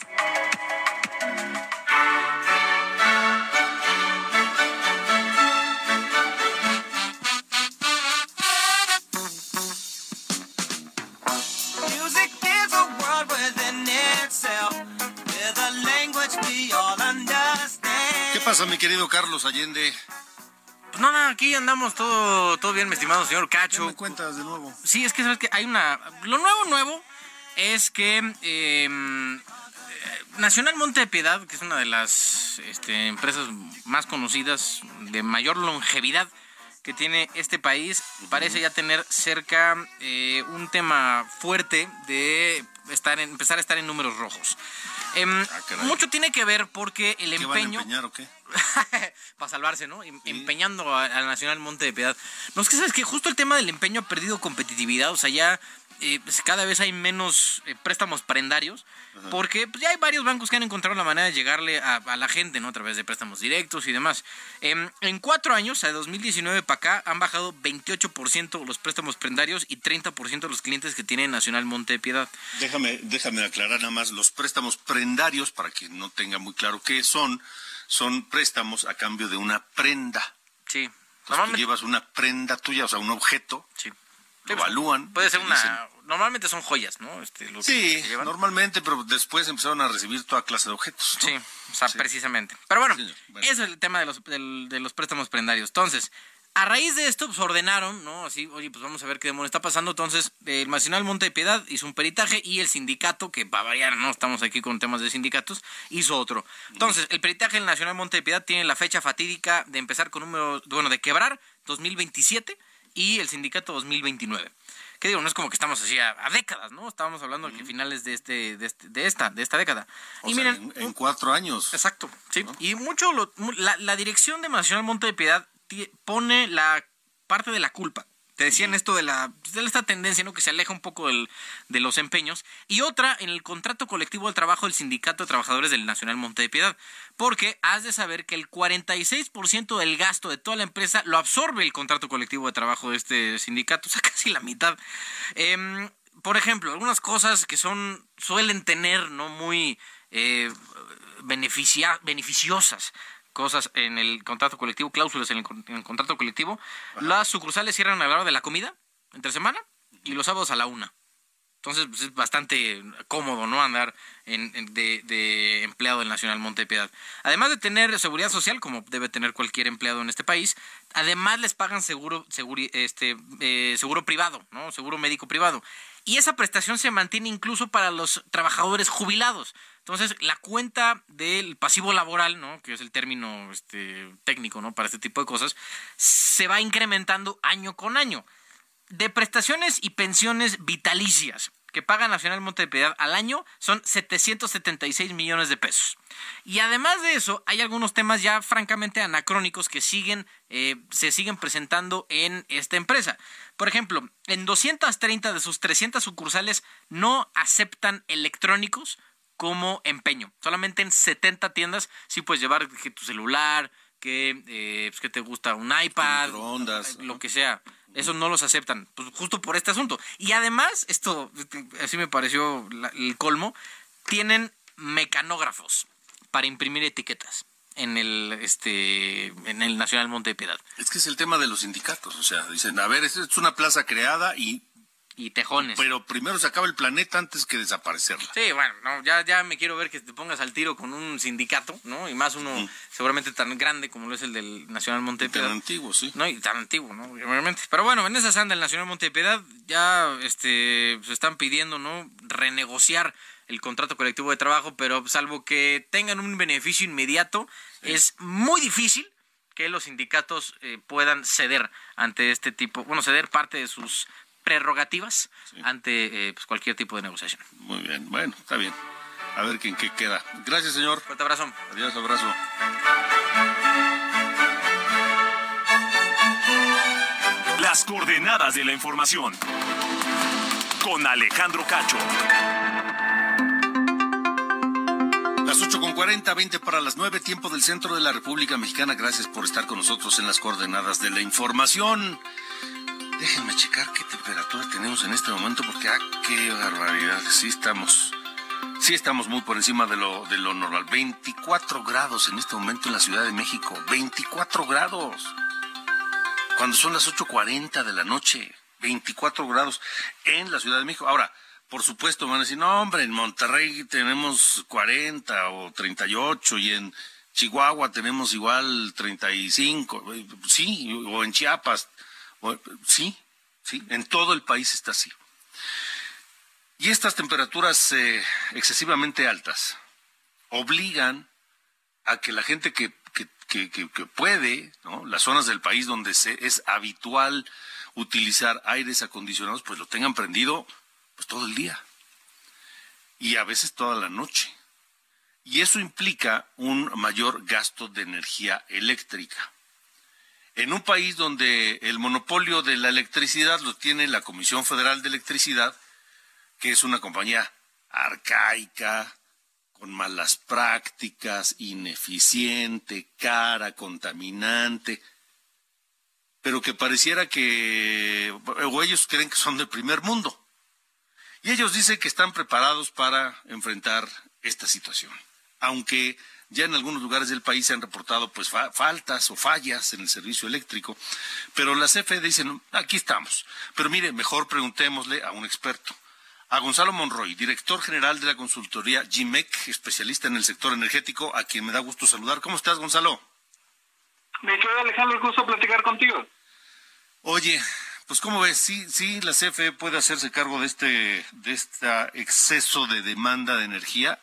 Speaker 3: ¿Qué pasa, mi querido Carlos Allende?
Speaker 18: Pues nada, aquí andamos todo, todo bien, mi estimado señor Cacho.
Speaker 3: ¿Qué me cuentas de nuevo?
Speaker 18: Sí, es que sabes que hay una... Lo nuevo, nuevo, es que eh, Nacional Monte de Piedad, que es una de las este, empresas más conocidas, de mayor longevidad que tiene este país, parece ya tener cerca eh, un tema fuerte de estar en, empezar a estar en números rojos. Eh, ah, mucho tiene que ver porque el
Speaker 3: ¿Qué
Speaker 18: empeño...
Speaker 3: van a empeñar o qué?
Speaker 18: Para salvarse, ¿no? Em,
Speaker 3: sí.
Speaker 18: Empeñando al Nacional Monte de Piedad. No, es que sabes que justo el tema del empeño ha perdido competitividad, o sea, ya eh, pues cada vez hay menos eh, préstamos prendarios, ajá, porque pues, ya hay varios bancos que han encontrado la manera de llegarle a, a la gente, ¿no? A través de préstamos directos y demás. Eh, en cuatro años, de dos mil diecinueve para acá, han bajado veintiocho por ciento los préstamos prendarios y treinta por ciento los clientes que tiene Nacional Monte de Piedad.
Speaker 3: Déjame, déjame aclarar nada más, los préstamos prendarios, para quien no tenga muy claro qué son, son préstamos a cambio de una prenda.
Speaker 18: Sí.
Speaker 3: Entonces, tú llevas una prenda tuya, o sea, un objeto,
Speaker 18: sí,
Speaker 3: lo evalúan.
Speaker 18: Puede ser una...
Speaker 3: dicen,
Speaker 18: normalmente son joyas, ¿no? Este, lo
Speaker 3: sí,
Speaker 18: que
Speaker 3: normalmente, pero después empezaron a recibir toda clase de objetos, ¿no?
Speaker 18: Sí, o sea, sí, precisamente. Pero bueno,
Speaker 3: sí, bueno,
Speaker 18: ese es el tema de los, del, de los préstamos prendarios. Entonces, a raíz de esto, pues ordenaron, ¿no? Así, oye, pues vamos a ver qué demonios está pasando. Entonces, el Nacional Monte de Piedad hizo un peritaje y el sindicato, que va a variar, no estamos aquí con temas de sindicatos, hizo otro. Entonces, el peritaje del Nacional Monte de Piedad tiene la fecha fatídica de empezar con números, bueno, de quebrar dos mil veintisiete y el sindicato dos mil veintinueve. ¿Qué digo? No es como que estamos así a, a décadas, ¿no? Estábamos hablando de que finales de este, de este, de esta, de esta década.
Speaker 3: O
Speaker 18: y
Speaker 3: sea,
Speaker 18: miren,
Speaker 3: en, en cuatro años.
Speaker 18: Exacto, sí.
Speaker 3: ¿No?
Speaker 18: Y mucho, lo, la, la dirección de Nacional Monte de Piedad pone la parte de la culpa. Te decían esto de la de esta tendencia, ¿no? Que se aleja un poco del, de los empeños. Y otra, en el contrato colectivo del trabajo del Sindicato de Trabajadores del Nacional Monte de Piedad. Porque has de saber que el cuarenta y seis por ciento del gasto de toda la empresa lo absorbe el contrato colectivo de trabajo de este sindicato. O sea, casi la mitad. Eh, por ejemplo, algunas cosas que son suelen tener, ¿no? Muy eh, beneficia, beneficiosas. Cosas en el contrato colectivo, cláusulas en el, en el contrato colectivo. Ajá. Las sucursales cierran a la hora de la comida, entre semana, y los sábados a la una. Entonces, pues, es bastante cómodo, ¿no? Andar en, en- de, de empleado del Nacional Monte de Piedad. Además de tener seguridad social, como debe tener cualquier empleado en este país, además les pagan seguro, seguri- este, eh, seguro privado, ¿no? Seguro médico privado. Y esa prestación se mantiene incluso para los trabajadores jubilados. Entonces, la cuenta del pasivo laboral, ¿no? Que es el término este, técnico, ¿no? Para este tipo de cosas, se va incrementando año con año. De prestaciones y pensiones vitalicias que paga Nacional Monte de Piedad al año son setecientos setenta y seis millones de pesos. Y además de eso, hay algunos temas ya francamente anacrónicos que siguen, eh, se siguen presentando en esta empresa. Por ejemplo, en doscientas treinta de sus trescientas sucursales no aceptan electrónicos como empeño. Solamente en setenta tiendas sí puedes llevar que tu celular, que, eh, pues, que te gusta un iPad,
Speaker 3: Microondas,
Speaker 18: lo que sea. Eso no los aceptan, pues justo por este asunto. Y además, esto así me pareció la- el colmo, tienen mecanógrafos para imprimir etiquetas en el este en el Nacional Monte de Piedad.
Speaker 3: Es que es el tema de los sindicatos, o sea, dicen, a ver, es es una plaza creada y...
Speaker 18: Y tejones.
Speaker 3: Pero primero se acaba el planeta antes que desaparecerla.
Speaker 18: Sí, bueno, no, ya, ya me quiero ver que te pongas al tiro con un sindicato, ¿no? Y más uno
Speaker 3: Mm.
Speaker 18: seguramente tan grande como lo es el del Nacional Monte de Piedad.
Speaker 3: Tan antiguo, sí.
Speaker 18: No, y tan antiguo, ¿no? Obviamente. Pero bueno, en esa anda el Nacional Monte de Piedad ya este, se están pidiendo, ¿no? Renegociar el contrato colectivo de trabajo, pero salvo que tengan un beneficio inmediato, es muy difícil que los sindicatos eh, puedan ceder ante este tipo, bueno, ceder parte de sus prerrogativas ante eh, pues, cualquier tipo de negociación.
Speaker 3: Muy bien, bueno, está bien. A ver en qué queda. Gracias, señor.
Speaker 18: Fuerte abrazo.
Speaker 3: Adiós, abrazo.
Speaker 2: Las coordenadas de la información. Con Alejandro Cacho.
Speaker 3: Las ocho con cuarenta, veinte para las nueve, tiempo del centro de la República Mexicana. Gracias por estar con nosotros en las coordenadas de la información. Déjenme checar qué temperatura tenemos en este momento, porque ¡ah, qué barbaridad! Sí estamos, sí estamos muy por encima de lo, de lo normal. veinticuatro grados en este momento en la Ciudad de México. veinticuatro grados. Cuando son las ocho cuarenta de la noche. veinticuatro grados en la Ciudad de México. Ahora, por supuesto, van a decir, no, hombre, en Monterrey tenemos cuarenta o treinta y ocho y en Chihuahua tenemos igual treinta y cinco. Sí, o en Chiapas. Sí, sí, en todo el país está así. Y estas temperaturas eh, excesivamente altas obligan a que la gente que, que, que, que, que puede, ¿no? Las zonas del país donde se, es habitual utilizar aires acondicionados, pues lo tengan prendido pues todo el día y a veces toda la noche. Y eso implica un mayor gasto de energía eléctrica. En un país donde el monopolio de la electricidad lo tiene la Comisión Federal de Electricidad, que es una compañía arcaica, con malas prácticas, ineficiente, cara, contaminante, pero que pareciera que, o ellos creen que son del primer mundo. Y ellos dicen que están preparados para enfrentar esta situación, aunque ya en algunos lugares del país se han reportado pues fa- faltas o fallas en el servicio eléctrico, pero la C F E dice, no, aquí estamos. Pero mire, mejor preguntémosle a un experto, a Gonzalo Monroy, director general de la consultoría G M E C, especialista en el sector energético, a quien me da gusto saludar. ¿Cómo estás, Gonzalo?
Speaker 19: Mi querido Alejandro, gusto platicar contigo.
Speaker 3: Oye, pues ¿cómo ves? Sí, sí, la C F E puede hacerse cargo de este, de este exceso de demanda de energía.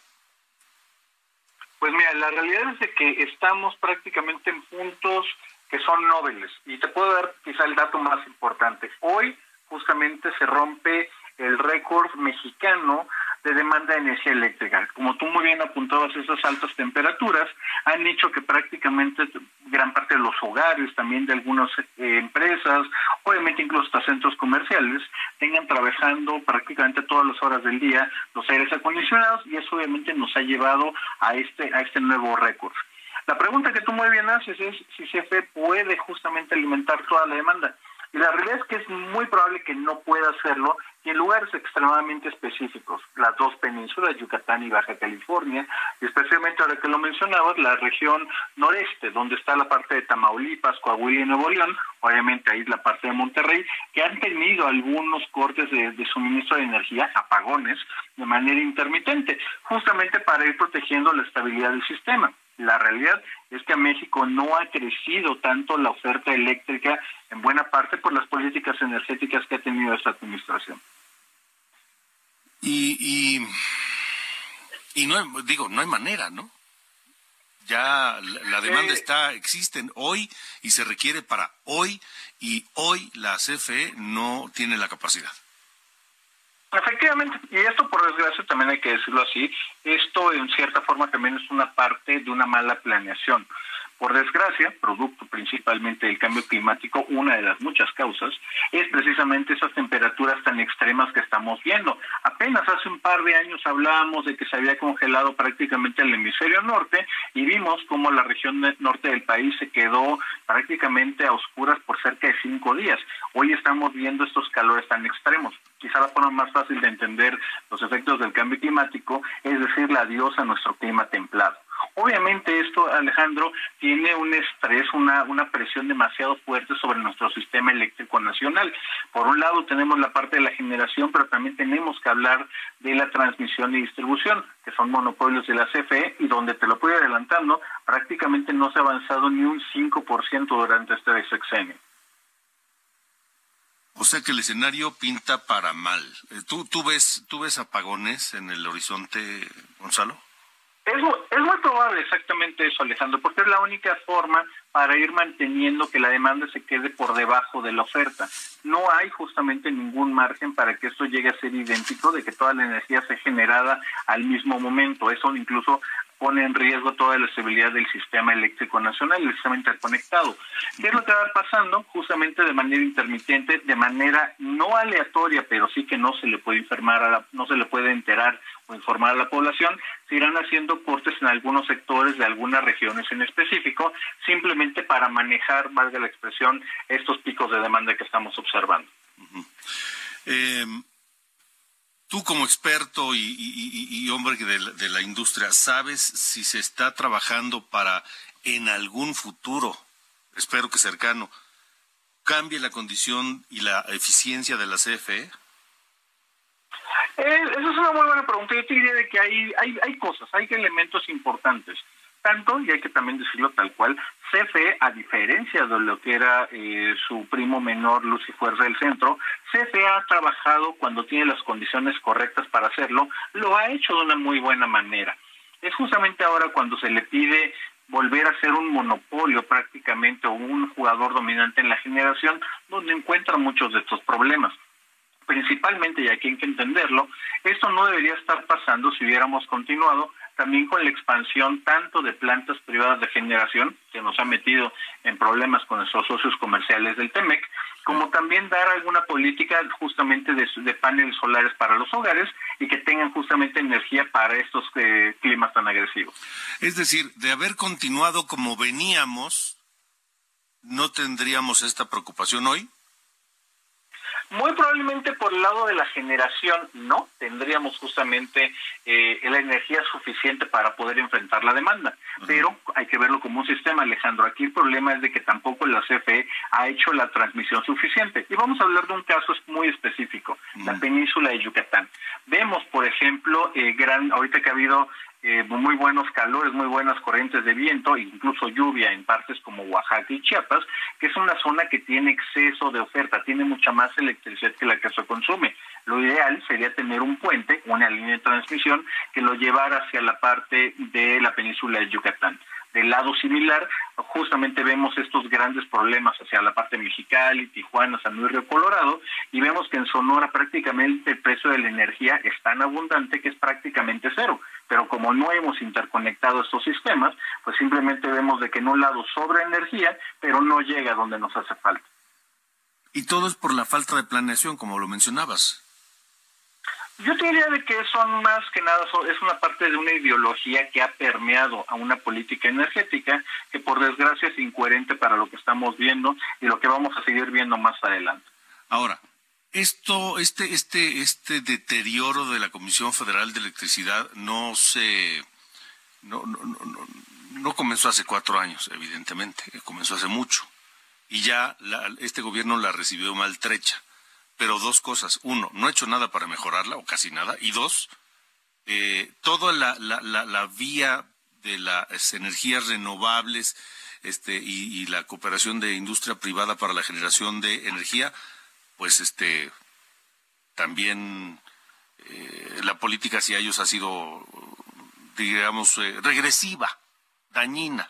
Speaker 19: Pues mira, la realidad es de que estamos prácticamente en puntos que son nobles. Y te puedo dar quizá el dato más importante. Hoy justamente se rompe el récord mexicano de demanda de energía eléctrica. Como tú muy bien apuntabas, esas altas temperaturas han hecho que prácticamente gran parte de los hogares, también de algunas eh, empresas, obviamente incluso hasta centros comerciales, tengan trabajando prácticamente todas las horas del día los aires acondicionados, y eso obviamente nos ha llevado a este a este nuevo récord. La pregunta que tú muy bien haces es si C F E puede justamente alimentar toda la demanda. Y la realidad es que es muy probable que no pueda hacerlo y en lugares extremadamente específicos, las dos penínsulas, Yucatán y Baja California, y especialmente ahora que lo mencionabas, la región noreste, donde está la parte de Tamaulipas, Coahuila y Nuevo León, obviamente ahí la parte de Monterrey, que han tenido algunos cortes de, de suministro de energía, apagones, de manera intermitente, justamente para ir protegiendo la estabilidad del sistema. La realidad es que a México no ha crecido tanto la oferta eléctrica, en buena parte por las políticas energéticas que ha tenido esta administración.
Speaker 3: Y, y, y no hay, digo, no hay manera, ¿no? Ya la, la demanda eh, está, existe hoy y se requiere para hoy, y hoy la C F E no tiene la capacidad.
Speaker 19: Efectivamente, y esto por desgracia también hay que decirlo así, esto en cierta forma también es una parte de una mala planeación. Por desgracia, producto principalmente del cambio climático, una de las muchas causas es precisamente esas temperaturas tan extremas que estamos viendo. Apenas hace un par de años hablábamos de que se había congelado prácticamente el hemisferio norte y vimos cómo la región norte del país se quedó prácticamente a oscuras por cerca de cinco días. Hoy estamos viendo estos calores tan extremos. Quizá la forma más fácil de entender los efectos del cambio climático es decirle adiós a nuestro clima templado. Obviamente esto, Alejandro, tiene un estrés, una, una presión demasiado fuerte sobre nuestro sistema eléctrico nacional. Por un lado tenemos la parte de la generación, pero también tenemos que hablar de la transmisión y distribución, que son monopolios de la C F E, y donde te lo puedo ir adelantando, prácticamente no se ha avanzado ni un cinco por ciento durante este sexenio.
Speaker 3: O sea que el escenario pinta para mal. ¿Tú, tú ves, tú ves apagones en el horizonte, Gonzalo?
Speaker 19: Es, es muy probable exactamente eso, Alejandro, porque es la única forma para ir manteniendo que la demanda se quede por debajo de la oferta. No hay justamente ningún margen para que esto llegue a ser idéntico, de que toda la energía sea generada al mismo momento. Eso incluso pone en riesgo toda la estabilidad del sistema eléctrico nacional, el sistema interconectado. ¿Qué es lo que va pasando? Justamente de manera intermitente, de manera no aleatoria, pero sí que no se le puede informar a la, no se le puede enterar o informar a la población, se irán haciendo cortes en algunos sectores de algunas regiones en específico, simplemente para manejar, valga la expresión, estos picos de demanda que estamos observando.
Speaker 3: Uh-huh. Eh... Tú como experto y, y, y hombre de la, de la industria, ¿sabes si se está trabajando para en algún futuro, espero que cercano, cambie la condición y la eficiencia de la C F E?
Speaker 19: Eh, esa es una muy buena pregunta. Yo te diría de que hay, hay, hay cosas, hay elementos importantes. Tanto, y hay que también decirlo tal cual, C F E, a diferencia de lo que era eh, su primo menor, Luz y Fuerza del Centro, C F E ha trabajado cuando tiene las condiciones correctas para hacerlo, lo ha hecho de una muy buena manera. Es justamente ahora cuando se le pide volver a ser un monopolio prácticamente o un jugador dominante en la generación, donde encuentra muchos de estos problemas. Principalmente, y aquí hay que entenderlo, esto no debería estar pasando si hubiéramos continuado también con la expansión tanto de plantas privadas de generación, que nos ha metido en problemas con nuestros socios comerciales del TEMEC, como también dar alguna política justamente de, de paneles solares para los hogares y que tengan justamente energía para estos eh, climas tan agresivos.
Speaker 3: Es decir, de haber continuado como veníamos, ¿no tendríamos esta preocupación hoy?
Speaker 19: Muy probablemente por el lado de la generación no tendríamos justamente eh, la energía suficiente para poder enfrentar la demanda, uh-huh. Pero hay que verlo como un sistema, Alejandro. Aquí el problema es de que tampoco la C F E ha hecho la transmisión suficiente. Y vamos a hablar de un caso muy específico, uh-huh. La península de Yucatán. Vemos, por ejemplo, eh, gran ahorita que ha habido Eh, muy buenos calores, muy buenas corrientes de viento, incluso lluvia en partes como Oaxaca y Chiapas, que es una zona que tiene exceso de oferta, tiene mucha más electricidad que la que se consume. Lo ideal sería tener un puente, una línea de transmisión que lo llevara hacia la parte de la península de Yucatán. Del lado similar, justamente vemos estos grandes problemas hacia la parte de Mexicali, Tijuana, San Luis Río Colorado, y vemos que en Sonora prácticamente el precio de la energía es tan abundante que es prácticamente cero. Pero como no hemos interconectado estos sistemas, pues simplemente vemos de que en un lado sobra energía, pero no llega donde nos hace falta.
Speaker 3: Y todo es por la falta de planeación, como lo mencionabas.
Speaker 19: Yo te diría de que son más que nada, son, es una parte de una ideología que ha permeado a una política energética que por desgracia es incoherente para lo que estamos viendo y lo que vamos a seguir viendo más adelante.
Speaker 3: Ahora, esto, este, este, este deterioro de la Comisión Federal de Electricidad no se, no, no, no, no, no comenzó hace cuatro años, evidentemente, comenzó hace mucho y ya la, este gobierno la recibió maltrecha. Pero dos cosas. Uno, no ha hecho nada para mejorarla, o casi nada. Y dos, eh, toda la, la, la, la vía de las energías renovables este, y, y la cooperación de industria privada para la generación de energía, pues este también eh, la política hacia ellos ha sido, digamos, eh, regresiva, dañina.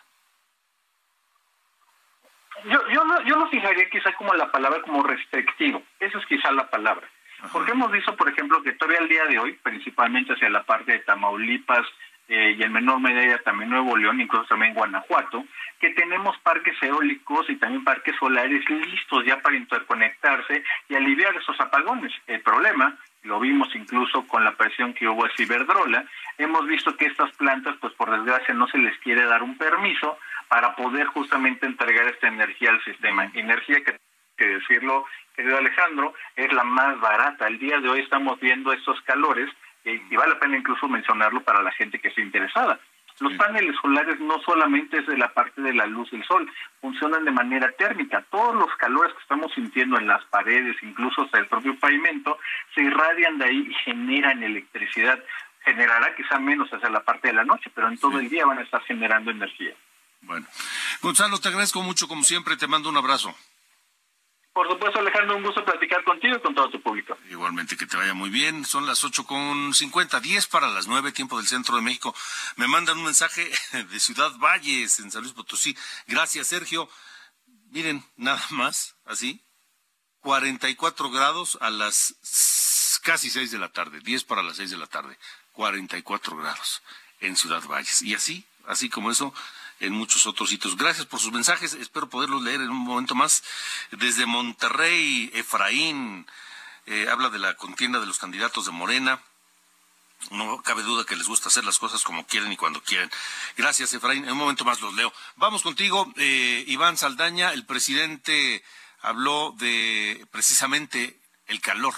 Speaker 19: Yo, yo, lo, yo lo fijaría quizá como la palabra como restrictivo, esa es quizá la palabra, Ajá. Porque hemos visto, por ejemplo, que todavía al día de hoy, principalmente hacia la parte de Tamaulipas eh, y en menor medida también Nuevo León, incluso también Guanajuato, que tenemos parques eólicos y también parques solares listos ya para interconectarse y aliviar esos apagones. El problema, lo vimos incluso con la presión que hubo a Iberdrola, hemos visto que estas plantas, pues por desgracia no se les quiere dar un permiso para poder justamente entregar esta energía al sistema. Energía que, que decirlo, querido Alejandro, es la más barata. El día de hoy estamos viendo estos calores eh, y vale la pena incluso mencionarlo para la gente que esté interesada. Los paneles solares no solamente es de la parte de la luz del sol, funcionan de manera térmica. Todos los calores que estamos sintiendo en las paredes, incluso hasta el propio pavimento, se irradian de ahí y generan electricidad. Generará quizá menos hacia la parte de la noche, pero en todo el día van a estar generando energía.
Speaker 3: Bueno, Gonzalo, te agradezco mucho, como siempre, te mando un abrazo.
Speaker 19: Por supuesto, Alejandro, un gusto platicar contigo y con todo tu público.
Speaker 3: Igualmente, que te vaya muy bien. Son las ocho con cincuenta, diez para las nueve, tiempo del centro de México. Me mandan un mensaje de Ciudad Valles, en San Luis Potosí. Gracias, Sergio. Miren, nada más, así, cuarenta y cuatro grados a las casi seis de la tarde, diez para las seis de la tarde, cuarenta y cuatro grados en Ciudad Valles. Y así, así como eso, en muchos otros sitios. Gracias por sus mensajes, espero poderlos leer en un momento más. Desde Monterrey, Efraín, eh, habla de la contienda de los candidatos de Morena. No cabe duda que les gusta hacer las cosas como quieren y cuando quieren. Gracias, Efraín, en un momento más los leo. Vamos contigo, eh, Iván Saldaña. El presidente habló de precisamente el calor.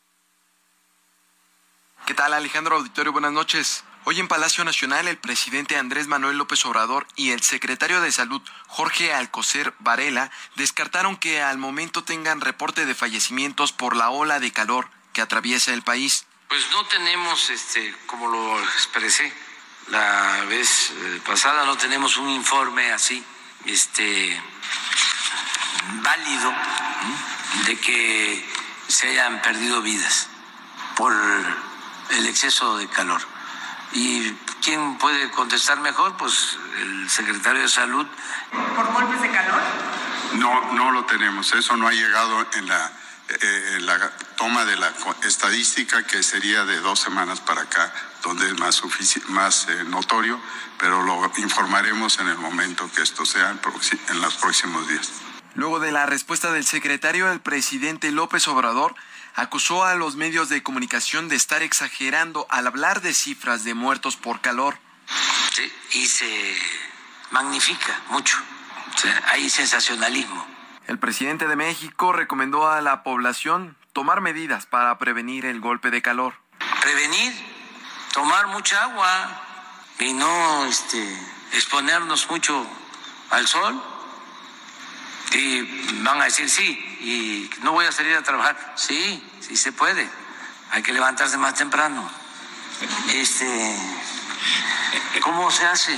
Speaker 20: ¿Qué tal, Alejandro Auditorio? Buenas noches. Hoy en Palacio Nacional, el presidente Andrés Manuel López Obrador y el secretario de Salud, Jorge Alcocer Varela, descartaron que al momento tengan reporte de fallecimientos por la ola de calor que atraviesa el país.
Speaker 5: Pues no tenemos, este, como lo expresé la vez pasada, no tenemos un informe así, este, válido, ¿sí?, de que se hayan perdido vidas por el exceso de calor. ¿Y quién puede contestar mejor? Pues el secretario de Salud.
Speaker 21: ¿Por golpes de calor?
Speaker 22: No, no lo tenemos. Eso no ha llegado en la, eh, en la toma de la estadística, que sería de dos semanas para acá, donde es más, sufici- más eh, notorio, pero lo informaremos en el momento que esto sea en, proxi- en los próximos días.
Speaker 20: Luego de la respuesta del secretario, el presidente López Obrador acusó a los medios de comunicación de estar exagerando al hablar de cifras de muertos por calor.
Speaker 5: Sí, y se magnifica mucho. O sea, hay sensacionalismo.
Speaker 20: El presidente de México recomendó a la población tomar medidas para prevenir el golpe de calor.
Speaker 5: Prevenir, tomar mucha agua y no este, exponernos mucho al sol. Y van a decir sí, y no voy a salir a trabajar. Sí, sí se puede. Hay que levantarse más temprano. Este, ¿cómo se hace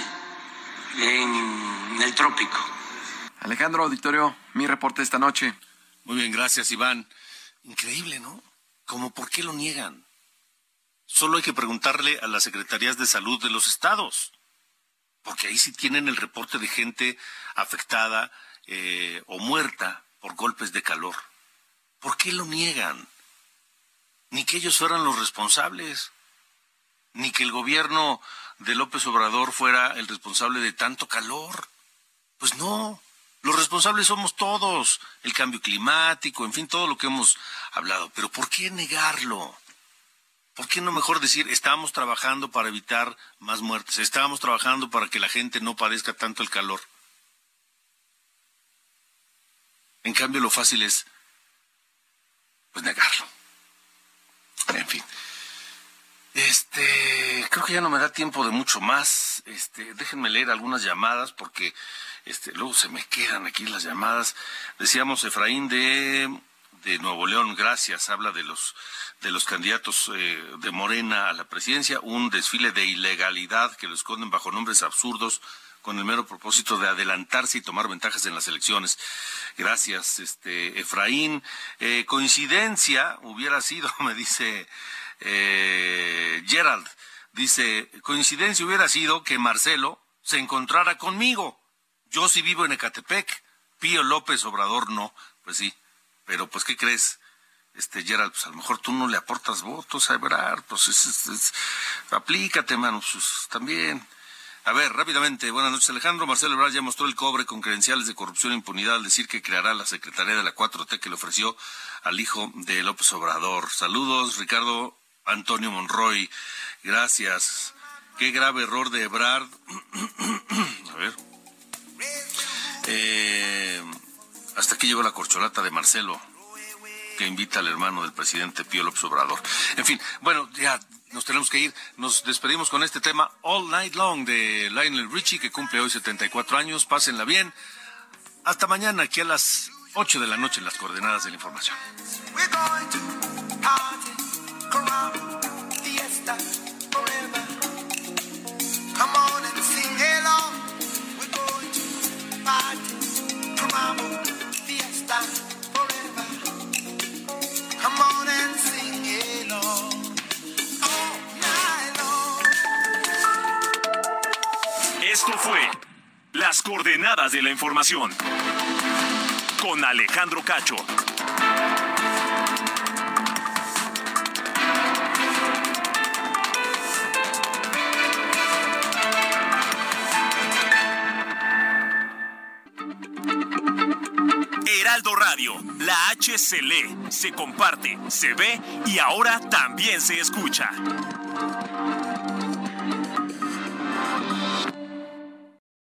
Speaker 5: en el trópico?
Speaker 20: Alejandro Auditorio, mi reporte esta noche.
Speaker 3: Muy bien, gracias, Iván. Increíble, ¿no? ¿Cómo por qué lo niegan? Solo hay que preguntarle a las secretarías de salud de los estados, porque ahí sí tienen el reporte de gente afectada eh, o muerta por golpes de calor. ¿Por qué lo niegan? Ni que ellos fueran los responsables, ni que el gobierno de López Obrador fuera el responsable de tanto calor. Pues no, los responsables somos todos, el cambio climático, en fin, todo lo que hemos hablado. Pero ¿por qué negarlo? ¿Por qué no mejor decir, estamos trabajando para evitar más muertes, estamos trabajando para que la gente no padezca tanto el calor? En cambio, lo fácil es, pues, negarlo. En fin. Este, creo que ya no me da tiempo de mucho más. Este, déjenme leer algunas llamadas porque este, luego se me quedan aquí las llamadas. Decíamos Efraín de, de Nuevo León, gracias. Habla de los de los candidatos eh, de Morena a la presidencia, un desfile de ilegalidad que lo esconden bajo nombres absurdos con el mero propósito de adelantarse y tomar ventajas en las elecciones. Gracias, este Efraín. Eh, coincidencia hubiera sido, me dice eh, Gerald, dice, coincidencia hubiera sido que Marcelo se encontrara conmigo. Yo sí vivo en Ecatepec, Pío López Obrador no. Pues sí, pero pues ¿qué crees? Este Gerald, pues a lo mejor tú no le aportas votos a Ebrard, pues es, es, es, aplícate, mano, pues también. A ver, rápidamente, buenas noches, Alejandro. Marcelo Ebrard ya mostró el cobre con credenciales de corrupción e impunidad al decir que creará la Secretaría de la cuatro T que le ofreció al hijo de López Obrador. Saludos, Ricardo Antonio Monroy. Gracias. Qué grave error de Ebrard. A ver. Eh, hasta aquí llegó la corcholata de Marcelo, que invita al hermano del presidente Pío López Obrador. En fin, bueno, ya nos tenemos que ir. Nos despedimos con este tema All Night Long de Lionel Richie, que cumple hoy setenta y cuatro años. Pásenla bien. Hasta mañana, aquí a las ocho de la noche en las coordenadas de la información.
Speaker 12: Come on and sing it all, all night long.
Speaker 2: Esto fue Las Coordenadas de la Información con Alejandro Cacho. Heraldo Radio, la H se lee, se comparte, se ve y ahora también se escucha.